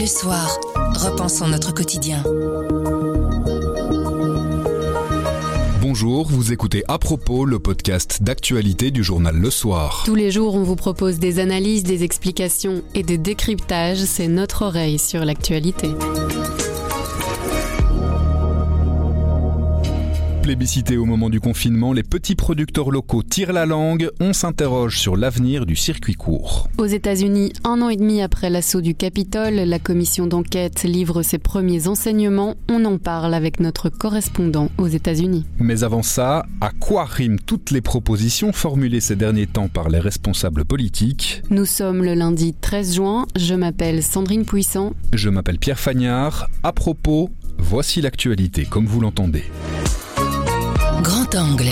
soir, repensons notre quotidien. Bonjour, vous écoutez À propos, le podcast d'actualité du journal Le Soir. Tous les jours, on vous propose des analyses, des explications et des décryptages. C'est notre oreille sur l'actualité. Plébiscité au moment du confinement, les petits producteurs locaux tirent la langue. On s'interroge sur l'avenir du circuit court. Aux États-Unis, 1 an et demi après l'assaut du Capitole, la commission d'enquête livre ses premiers enseignements. On en parle avec notre correspondant aux États-Unis. Mais avant ça, à quoi riment toutes les propositions formulées ces derniers temps par les responsables politiques ? Nous sommes le lundi 13 juin. Je m'appelle Sandrine Puissant. Je m'appelle Pierre Fagnard. À propos, voici l'actualité comme vous l'entendez. Grand angle.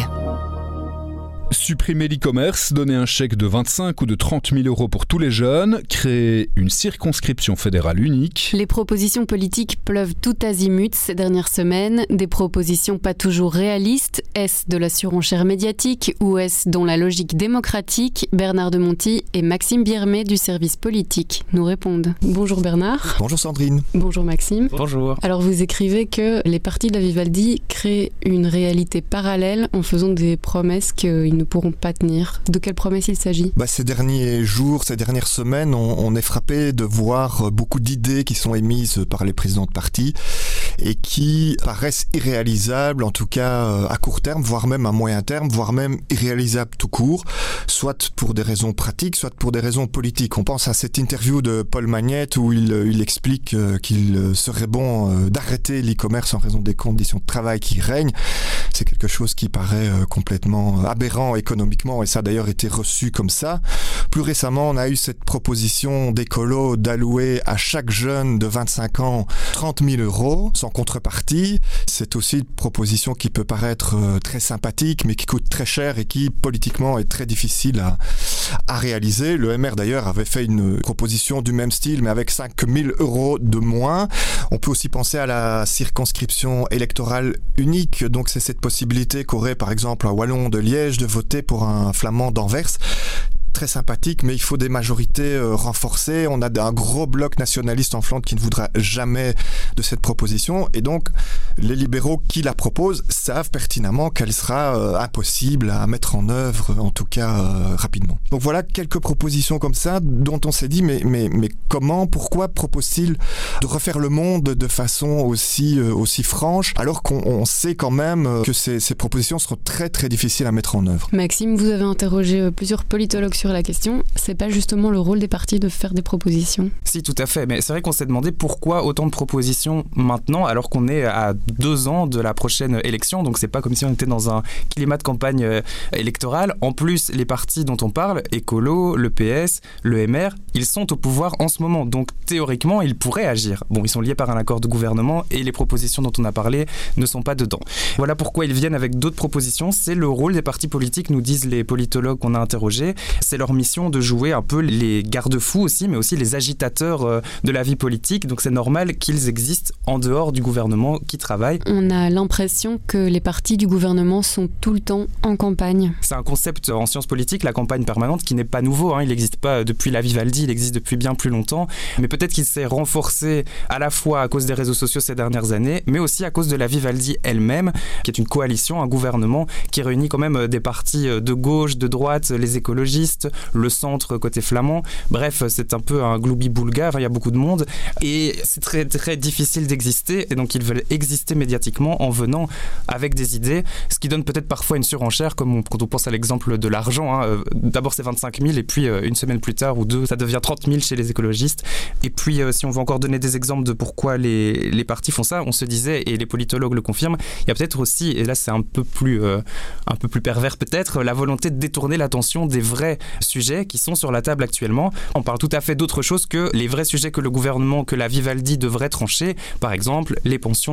Supprimer l'e-commerce, donner un chèque de 25 ou de 30 000 euros pour tous les jeunes, créer une circonscription fédérale unique. Les propositions politiques pleuvent tout azimut ces dernières semaines. Des propositions pas toujours réalistes. Est-ce de la surenchère médiatique ou est-ce dans la logique démocratique ? Bernard de Monti et Maxime Biermet du service politique nous répondent. Bonjour Bernard. Bonjour Sandrine. Bonjour Maxime. Bonjour. Alors vous écrivez que les partis de la Vivaldi créent une réalité parallèle en faisant des promesses qu'ils ne pourront pas tenir. De quelles promesses il s'agit ? Ces derniers jours, ces dernières semaines, on est frappé de voir beaucoup d'idées qui sont émises par les présidents de partis et qui paraissent irréalisables, en tout cas à court terme, voire même à moyen terme, voire même irréalisables tout court, soit pour des raisons pratiques, soit pour des raisons politiques. On pense à cette interview de Paul Magnette où il explique qu'il serait bon d'arrêter l'e-commerce en raison des conditions de travail qui règnent. C'est quelque chose qui paraît complètement aberrant économiquement, et ça a d'ailleurs été reçu comme ça. Plus récemment, on a eu cette proposition d'écolo d'allouer à chaque jeune de 25 ans 30 000 euros sans contrepartie. C'est aussi une proposition qui peut paraître très sympathique, mais qui coûte très cher et qui, politiquement, est très difficile à réaliser. Le MR, d'ailleurs, avait fait une proposition du même style, mais avec 5 000 euros de moins. On peut aussi penser à la circonscription électorale unique. Donc, c'est cette possibilité qu'aurait, par exemple, un Wallon de Liège de voter pour un Flamand d'Anvers. Très sympathique, mais il faut des majorités renforcées. On a un gros bloc nationaliste en Flandre qui ne voudra jamais de cette proposition, et donc les libéraux qui la proposent savent pertinemment qu'elle sera impossible à mettre en œuvre, en tout cas rapidement. Donc voilà quelques propositions comme ça dont on s'est dit mais comment, pourquoi propose-t-il de refaire le monde de façon aussi franche, alors qu'on sait quand même que ces propositions seront très très difficiles à mettre en œuvre. Maxime, vous avez interrogé plusieurs politologues sur la question. C'est pas justement le rôle des partis de faire des propositions ? Si, tout à fait. Mais c'est vrai qu'on s'est demandé pourquoi autant de propositions maintenant, alors qu'on est à 2 ans de la prochaine élection. Donc c'est pas comme si on était dans un climat de campagne électorale. En plus, les partis dont on parle, Écolo, le PS, le MR, ils sont au pouvoir en ce moment. Donc théoriquement, ils pourraient agir. Bon, ils sont liés par un accord de gouvernement et les propositions dont on a parlé ne sont pas dedans. Voilà pourquoi ils viennent avec d'autres propositions. C'est le rôle des partis politiques, nous disent les politologues qu'on a interrogés. C'est leur mission de jouer un peu les garde-fous aussi, mais aussi les agitateurs de la vie politique. Donc c'est normal qu'ils existent en dehors du gouvernement qui travaille. On a l'impression que les partis du gouvernement sont tout le temps en campagne. C'est un concept en sciences politiques, la campagne permanente, qui n'est pas nouveau. Il n'existe pas depuis la Vivaldi, il existe depuis bien plus longtemps. Mais peut-être qu'il s'est renforcé à la fois à cause des réseaux sociaux ces dernières années, mais aussi à cause de la Vivaldi elle-même, qui est une coalition, un gouvernement qui réunit quand même des partis de gauche, de droite, les écologistes, le centre côté flamand. Bref, c'est un peu un gloubi-boulga, il y a beaucoup de monde et c'est très très difficile d'exister, et donc ils veulent exister médiatiquement en venant avec des idées, ce qui donne peut-être parfois une surenchère, comme quand on pense à l'exemple de l'argent. D'abord c'est 25 000 et puis une semaine plus tard ou deux, ça devient 30 000 chez les écologistes. Et puis si on veut encore donner des exemples de pourquoi les partis font ça, on se disait, et les politologues le confirment, il y a peut-être aussi, et là c'est un peu plus pervers peut-être, la volonté de détourner l'attention des vrais sujets qui sont sur la table actuellement. On parle tout à fait d'autre chose que les vrais sujets que le gouvernement, que la Vivaldi devrait trancher, par exemple les pensions, le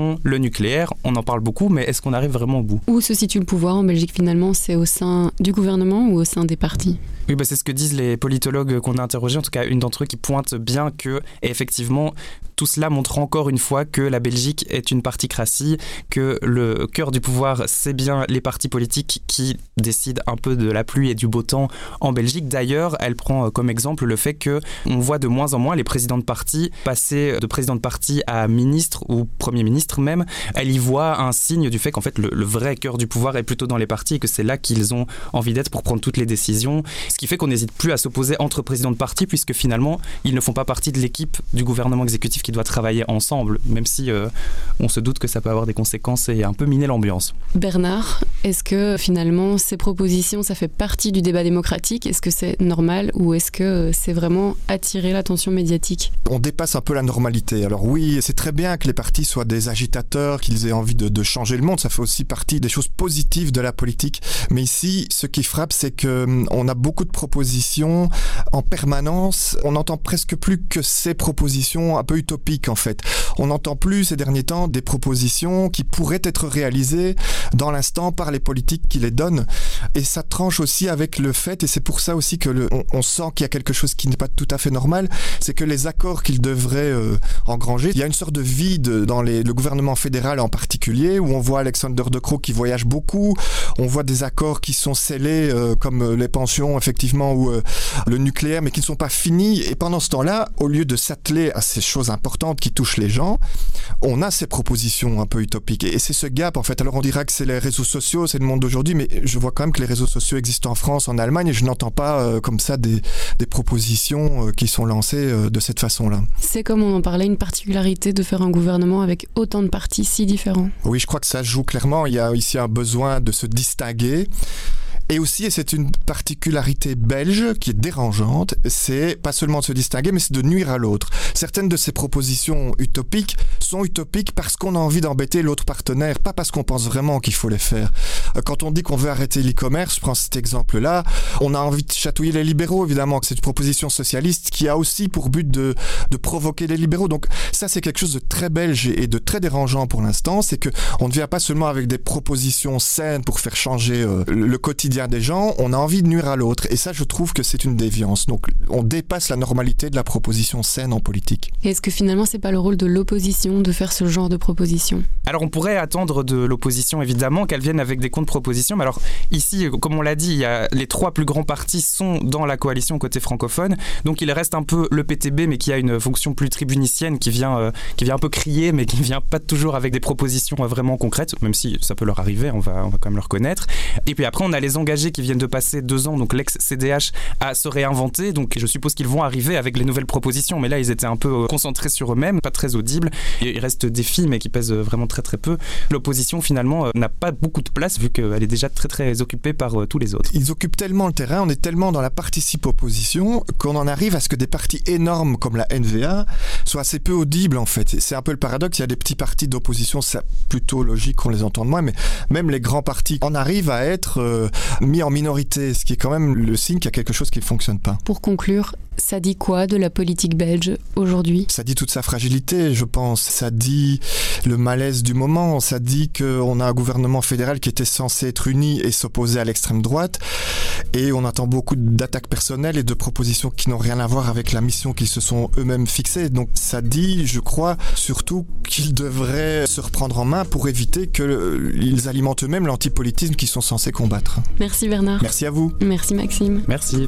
nucléaire. On en parle beaucoup, mais est-ce qu'on arrive vraiment au bout ? Où se situe le pouvoir en Belgique finalement ? C'est au sein du gouvernement ou au sein des partis ? Oui, c'est ce que disent les politologues qu'on a interrogés, en tout cas une d'entre eux qui pointe bien que, effectivement, tout cela montre encore une fois que la Belgique est une particratie, que le cœur du pouvoir, c'est bien les partis politiques qui décident un peu de la pluie et du beau temps en Belgique. D'ailleurs, elle prend comme exemple le fait qu'on voit de moins en moins les présidents de parti passer de président de parti à ministre ou premier ministre même. Elle y voit un signe du fait qu'en fait le vrai cœur du pouvoir est plutôt dans les partis et que c'est là qu'ils ont envie d'être pour prendre toutes les décisions. Ce qui fait qu'on n'hésite plus à s'opposer entre présidents de parti puisque finalement ils ne font pas partie de l'équipe du gouvernement exécutif qui doit travailler ensemble, même si on se doute que ça peut avoir des conséquences et un peu miner l'ambiance. Bernard, est-ce que finalement ces propositions, ça fait partie du débat démocratique ? Est-ce que c'est normal ou est-ce que c'est vraiment attirer l'attention médiatique ? On dépasse un peu la normalité. Alors oui, c'est très bien que les partis soient des agitateurs, qu'ils aient envie de changer le monde, ça fait aussi partie des choses positives de la politique. Mais ici, ce qui frappe, c'est qu'on a beaucoup de propositions en permanence. On n'entend presque plus que ces propositions un peu utopiques en fait. On n'entend plus ces derniers temps des propositions qui pourraient être réalisées dans l'instant par les politiques qui les donnent. Et ça tranche aussi avec le fait, et c'est pour ça aussi que on sent qu'il y a quelque chose qui n'est pas tout à fait normal, c'est que les accords qu'ils devraient engranger, il y a une sorte de vide dans le gouvernement fédéral en particulier, où on voit Alexander De Croo qui voyage beaucoup, on voit des accords qui sont scellés comme les pensions effectivement ou le nucléaire, mais qui ne sont pas finis. Et pendant ce temps-là, au lieu de s'atteler à ces choses importantes qui touchent les gens, on a ces propositions un peu utopiques. Et c'est ce gap en fait. Alors on dira que c'est les réseaux sociaux, c'est le monde d'aujourd'hui, mais je vois quand même que les réseaux sociaux existent en France, en Allemagne, et je n'entends pas comme ça des propositions qui sont lancées de cette façon-là. C'est comme on en parlait, une particularité de faire un gouvernement avec autant de partis si différents. Oui, je crois que ça joue clairement. Il y a ici un besoin de se distinguer. Et aussi, et c'est une particularité belge qui est dérangeante, c'est pas seulement de se distinguer, mais c'est de nuire à l'autre. Certaines de ces propositions utopiques sont utopiques parce qu'on a envie d'embêter l'autre partenaire, pas parce qu'on pense vraiment qu'il faut les faire. Quand on dit qu'on veut arrêter l'e-commerce, je prends cet exemple-là, on a envie de chatouiller les libéraux, évidemment. C'est une proposition socialiste qui a aussi pour but de provoquer les libéraux. Donc ça, c'est quelque chose de très belge et de très dérangeant pour l'instant, c'est qu'on ne vient pas seulement avec des propositions saines pour faire changer le quotidien des gens, on a envie de nuire à l'autre. Et ça, je trouve que c'est une déviance. Donc, on dépasse la normalité de la proposition saine en politique. Et est-ce que finalement, c'est pas le rôle de l'opposition de faire ce genre de proposition ? Alors, on pourrait attendre de l'opposition, évidemment, qu'elle vienne avec des contre-propositions. Mais alors, ici, comme on l'a dit, les trois plus grands partis sont dans la coalition côté francophone. Donc, il reste un peu le PTB, mais qui a une fonction plus tribunicienne, qui vient un peu crier, mais qui vient pas toujours avec des propositions vraiment concrètes, même si ça peut leur arriver, on va quand même le reconnaître. Et puis après, on a les engagés qui viennent de passer 2 ans, donc l'ex-CDH, à se réinventer. Donc je suppose qu'ils vont arriver avec les nouvelles propositions, mais là ils étaient un peu concentrés sur eux-mêmes, pas très audibles. Et il reste des filles, mais qui pèsent vraiment très très peu. L'opposition finalement n'a pas beaucoup de place vu qu'elle est déjà très très occupée par tous les autres. Ils occupent tellement le terrain, on est tellement dans la participe-opposition qu'on en arrive à ce que des partis énormes comme la NVA soient assez peu audibles en fait. C'est un peu le paradoxe, il y a des petits partis d'opposition, c'est plutôt logique qu'on les entende moins, mais même les grands partis en arrivent à être mis en minorité, ce qui est quand même le signe qu'il y a quelque chose qui ne fonctionne pas. Pour conclure, ça dit quoi de la politique belge aujourd'hui ? Ça dit toute sa fragilité, je pense. Ça dit le malaise du moment. Ça dit qu'on a un gouvernement fédéral qui était censé être uni et s'opposer à l'extrême droite. Et on attend beaucoup d'attaques personnelles et de propositions qui n'ont rien à voir avec la mission qu'ils se sont eux-mêmes fixées. Donc ça dit, je crois, surtout qu'ils devraient se reprendre en main pour éviter qu'ils alimentent eux-mêmes l'antipolitisme qu'ils sont censés combattre. Merci Bernard. Merci à vous. Merci Maxime. Merci.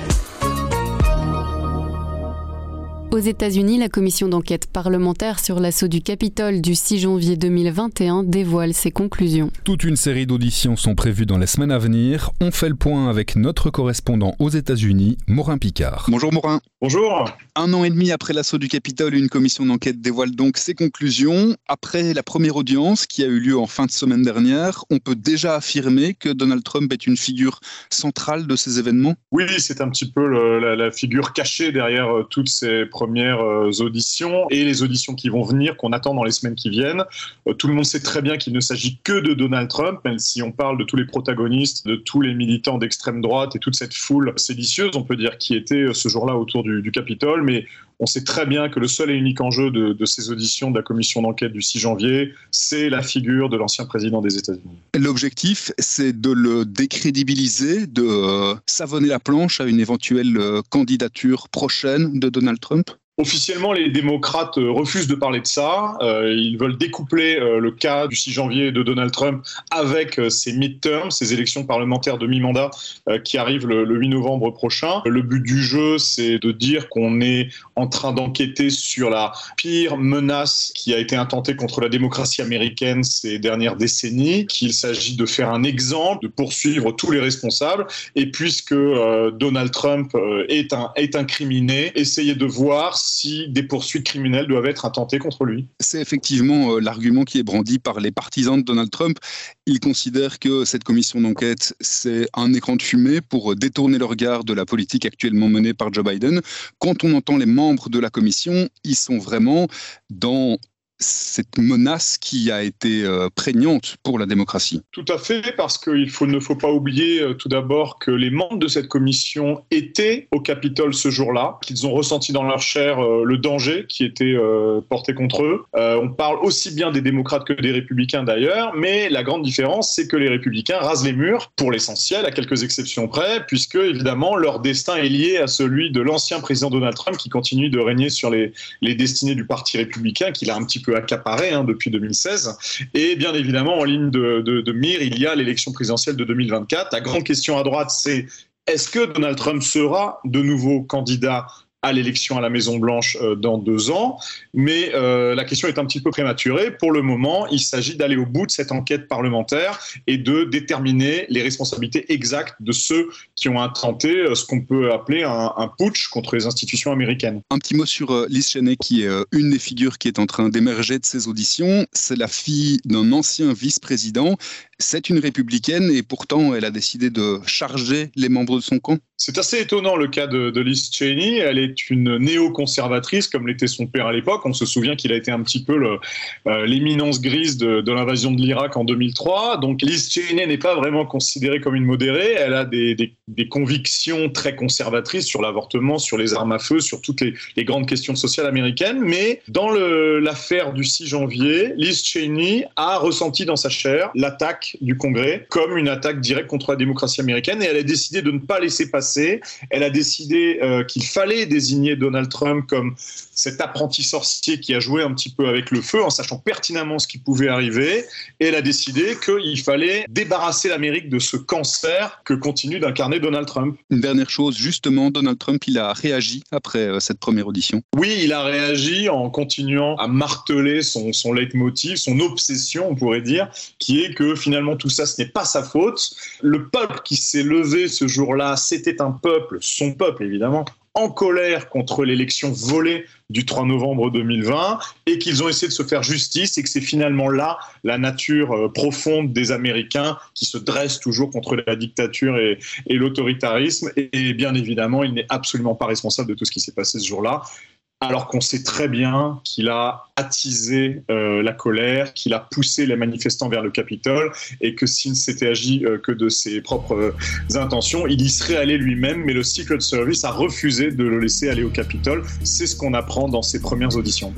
Aux États-Unis, la commission d'enquête parlementaire sur l'assaut du Capitole du 6 janvier 2021 dévoile ses conclusions. Toute une série d'auditions sont prévues dans les semaines à venir. On fait le point avec notre correspondant aux États-Unis, Morin Picard. Bonjour Morin. Bonjour. 1 an et demi après l'assaut du Capitole, une commission d'enquête dévoile donc ses conclusions. Après la première audience qui a eu lieu en fin de semaine dernière, on peut déjà affirmer que Donald Trump est une figure centrale de ces événements. Oui, c'est un petit peu la figure cachée derrière toutes ces premières auditions et les auditions qui vont venir, qu'on attend dans les semaines qui viennent. Tout le monde sait très bien qu'il ne s'agit que de Donald Trump, même si on parle de tous les protagonistes, de tous les militants d'extrême droite et toute cette foule séditieuse, on peut dire, qui était ce jour-là autour du Capitole, mais On sait très bien que le seul et unique enjeu de ces auditions de la commission d'enquête du 6 janvier, c'est la figure de l'ancien président des États-Unis. L'objectif, c'est de le décrédibiliser, de savonner la planche à une éventuelle candidature prochaine de Donald Trump. Officiellement, les démocrates refusent de parler de ça. Ils veulent découpler le cas du 6 janvier de Donald Trump avec ces midterms, ces élections parlementaires de mi-mandat qui arrivent le 8 novembre prochain. Le but du jeu, c'est de dire qu'on est en train d'enquêter sur la pire menace qui a été intentée contre la démocratie américaine ces dernières décennies, qu'il s'agit de faire un exemple, de poursuivre tous les responsables. Et puisque Donald Trump est incriminé, essayer de voir si des poursuites criminelles doivent être intentées contre lui. C'est effectivement l'argument qui est brandi par les partisans de Donald Trump. Ils considèrent que cette commission d'enquête, c'est un écran de fumée pour détourner le regard de la politique actuellement menée par Joe Biden. Quand on entend les membres de la commission, ils sont vraiment dans cette menace qui a été prégnante pour la démocratie. Tout à fait, parce qu'il ne faut pas oublier tout d'abord que les membres de cette commission étaient au Capitole ce jour-là, qu'ils ont ressenti dans leur chair le danger qui était porté contre eux. On parle aussi bien des démocrates que des républicains d'ailleurs, mais la grande différence, c'est que les républicains rasent les murs, pour l'essentiel, à quelques exceptions près, puisque évidemment leur destin est lié à celui de l'ancien président Donald Trump qui continue de régner sur les destinées du parti républicain, qu'il a un petit peu accaparé depuis 2016. Et bien évidemment, en ligne de mire, il y a l'élection présidentielle de 2024. La grande question à droite, c'est est-ce que Donald Trump sera de nouveau candidat à l'élection à la Maison-Blanche dans 2 ans, mais la question est un petit peu prématurée. Pour le moment, il s'agit d'aller au bout de cette enquête parlementaire et de déterminer les responsabilités exactes de ceux qui ont intenté ce qu'on peut appeler un putsch contre les institutions américaines. Un petit mot sur Liz Cheney, qui est une des figures qui est en train d'émerger de ces auditions. C'est la fille d'un ancien vice-président. C'est une républicaine et pourtant, elle a décidé de charger les membres de son camp. C'est assez étonnant le cas de Liz Cheney. Elle est une néoconservatrice comme l'était son père à l'époque. On se souvient qu'il a été un petit peu l'éminence grise de l'invasion de l'Irak en 2003. Donc Liz Cheney n'est pas vraiment considérée comme une modérée. Elle a des convictions très conservatrices sur l'avortement, sur les armes à feu, sur toutes les grandes questions sociales américaines. Mais dans l'affaire du 6 janvier, Liz Cheney a ressenti dans sa chair l'attaque du Congrès comme une attaque directe contre la démocratie américaine et elle a décidé de ne pas laisser passer. Elle a décidé qu'il fallait désigner Donald Trump comme cet apprenti sorcier qui a joué un petit peu avec le feu en sachant pertinemment ce qui pouvait arriver et elle a décidé qu'il fallait débarrasser l'Amérique de ce cancer que continue d'incarner Donald Trump. Une dernière chose, justement, Donald Trump, il a réagi après cette première audition. Oui, il a réagi en continuant à marteler son leitmotiv, son obsession, on pourrait dire, qui est que finalement tout ça, ce n'est pas sa faute. Le peuple qui s'est levé ce jour-là, c'était un peuple, son peuple évidemment, en colère contre l'élection volée du 3 novembre 2020 et qu'ils ont essayé de se faire justice et que c'est finalement là la nature profonde des Américains qui se dressent toujours contre la dictature et l'autoritarisme et bien évidemment il n'est absolument pas responsable de tout ce qui s'est passé ce jour-là. Alors qu'on sait très bien qu'il a attisé la colère, qu'il a poussé les manifestants vers le Capitole et que s'il ne s'était agi que de ses propres intentions, il y serait allé lui-même, mais le Secret Service a refusé de le laisser aller au Capitole. C'est ce qu'on apprend dans ses premières auditions.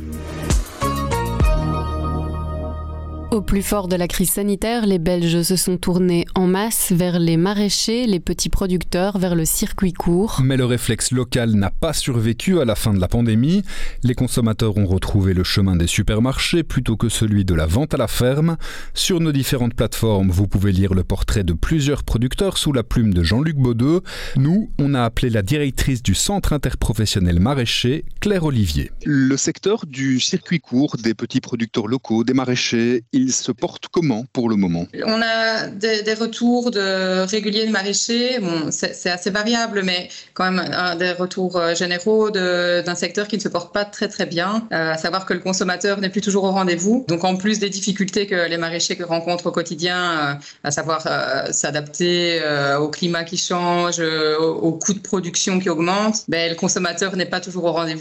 Au plus fort de la crise sanitaire, les Belges se sont tournés en masse vers les maraîchers, les petits producteurs, vers le circuit court. Mais le réflexe local n'a pas survécu à la fin de la pandémie. Les consommateurs ont retrouvé le chemin des supermarchés plutôt que celui de la vente à la ferme. Sur nos différentes plateformes, vous pouvez lire le portrait de plusieurs producteurs sous la plume de Jean-Luc Baudeux. Nous, on a appelé la directrice du Centre interprofessionnel maraîcher, Claire Olivier. Le secteur du circuit court, des petits producteurs locaux, des maraîchers, il se porte comment pour le moment ? On a des retours réguliers de maraîchers. Bon, c'est assez variable, mais quand même des retours généraux d'un secteur qui ne se porte pas très très bien. À savoir que le consommateur n'est plus toujours au rendez-vous. Donc en plus des difficultés que les maraîchers rencontrent au quotidien, à savoir s'adapter au climat qui change, aux coûts de production qui augmentent, le consommateur n'est pas toujours au rendez-vous.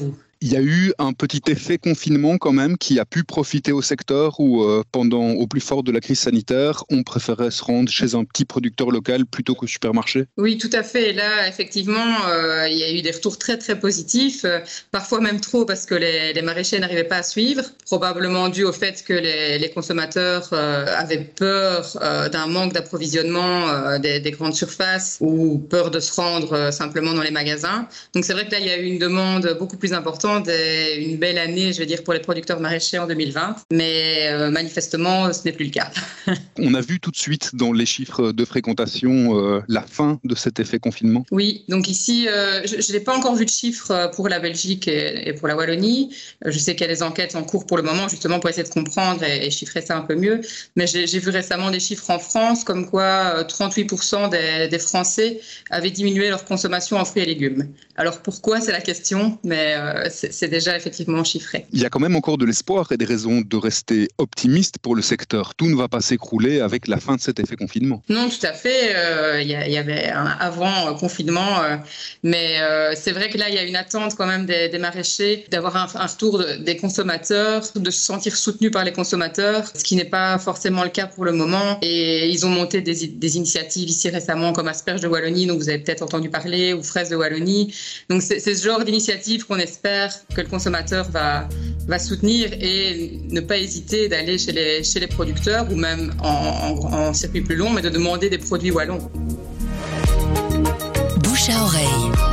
Il y a eu un petit effet confinement quand même qui a pu profiter au secteur où au plus fort de la crise sanitaire, on préférait se rendre chez un petit producteur local plutôt qu'au supermarché. Oui, tout à fait. Et là, effectivement, il y a eu des retours très très positifs, parfois même trop parce que les maraîchers n'arrivaient pas à suivre, probablement dû au fait que les consommateurs avaient peur d'un manque d'approvisionnement des grandes surfaces ou peur de se rendre simplement dans les magasins. Donc c'est vrai que là, il y a eu une demande beaucoup plus importante et une belle année, je vais dire, pour les producteurs maraîchers en 2020. Mais manifestement, ce n'est plus le cas. On a vu tout de suite dans les chiffres de fréquentation la fin de cet effet confinement. Oui, donc ici, je n'ai pas encore vu de chiffres pour la Belgique et pour la Wallonie. Je sais qu'il y a des enquêtes en cours pour le moment, justement pour essayer de comprendre et chiffrer ça un peu mieux. Mais j'ai vu récemment des chiffres en France, comme quoi 38% des Français avaient diminué leur consommation en fruits et légumes. Alors pourquoi, c'est la question, mais c'est déjà effectivement chiffré. Il y a quand même encore de l'espoir et des raisons de rester optimiste pour le secteur. Tout ne va pas s'écrouler avec la fin de cet effet confinement. Non, tout à fait. Il y avait un avant confinement, mais c'est vrai que là, il y a une attente quand même des maraîchers d'avoir un retour des consommateurs, de se sentir soutenus par les consommateurs, ce qui n'est pas forcément le cas pour le moment. Et ils ont monté des initiatives ici récemment, comme Asperges de Wallonie, dont vous avez peut-être entendu parler, ou Fraises de Wallonie. Donc c'est ce genre d'initiative qu'on espère que le consommateur va soutenir et ne pas hésiter d'aller chez les producteurs ou même en circuit plus long, mais de demander des produits wallons. Bouche à oreille.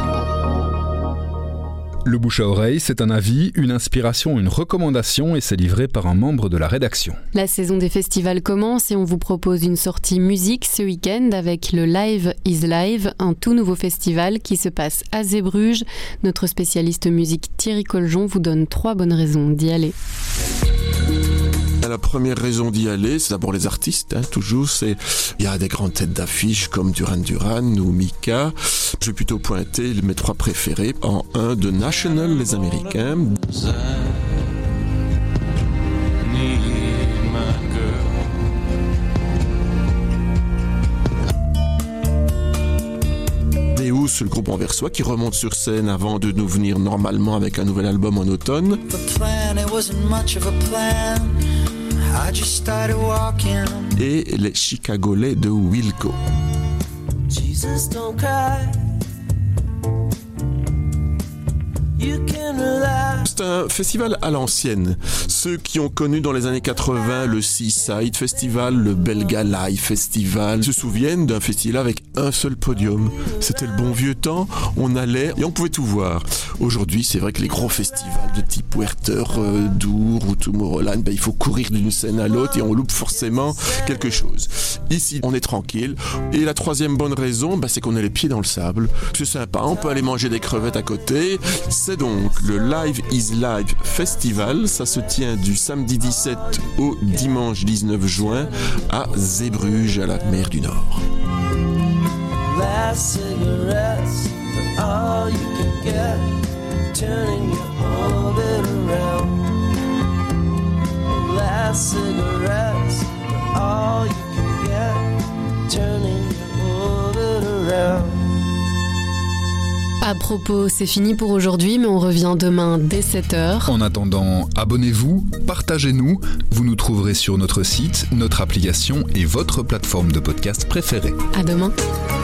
Le bouche à oreille, c'est un avis, une inspiration, une recommandation et c'est livré par un membre de la rédaction. La saison des festivals commence et on vous propose une sortie musique ce week-end avec le Live is Live, un tout nouveau festival qui se passe à Zeebruges. Notre spécialiste musique Thierry Coljon vous donne 3 bonnes raisons d'y aller. La première raison d'y aller, c'est d'abord les artistes, toujours. Il y a des grandes têtes d'affiche comme Duran Duran ou Mika. Je vais plutôt pointer mes 3 préférés. En 1, The National, les Américains. Deus, le groupe anversois qui remonte sur scène avant de nous venir normalement avec un nouvel album en automne. Et les Chicagolais de Wilco. C'est un festival à l'ancienne. Ceux qui ont connu dans les années 80 le Seaside Festival, le Belga Live Festival, se souviennent d'un festival avec un seul podium. C'était le bon vieux temps, on allait et on pouvait tout voir. Aujourd'hui, c'est vrai que les gros festivals de type Werther, Dour ou Tomorrowland, il faut courir d'une scène à l'autre et on loupe forcément quelque chose. Ici, on est tranquille. Et la 3e bonne raison, c'est qu'on a les pieds dans le sable. C'est sympa, on peut aller manger des crevettes à côté. C'est donc le Live is Live Festival. Ça se tient du samedi 17 au dimanche 19 juin à Zeebruges, à la mer du Nord. Last cigarettes, all you can get, turning your orbit around. Last cigarettes, all you can get, turning your orbit around. À propos, c'est fini pour aujourd'hui, mais on revient demain dès 7h. En attendant, abonnez-vous, partagez-nous. Vous nous trouverez sur notre site, notre application et votre plateforme de podcast préférée. À demain.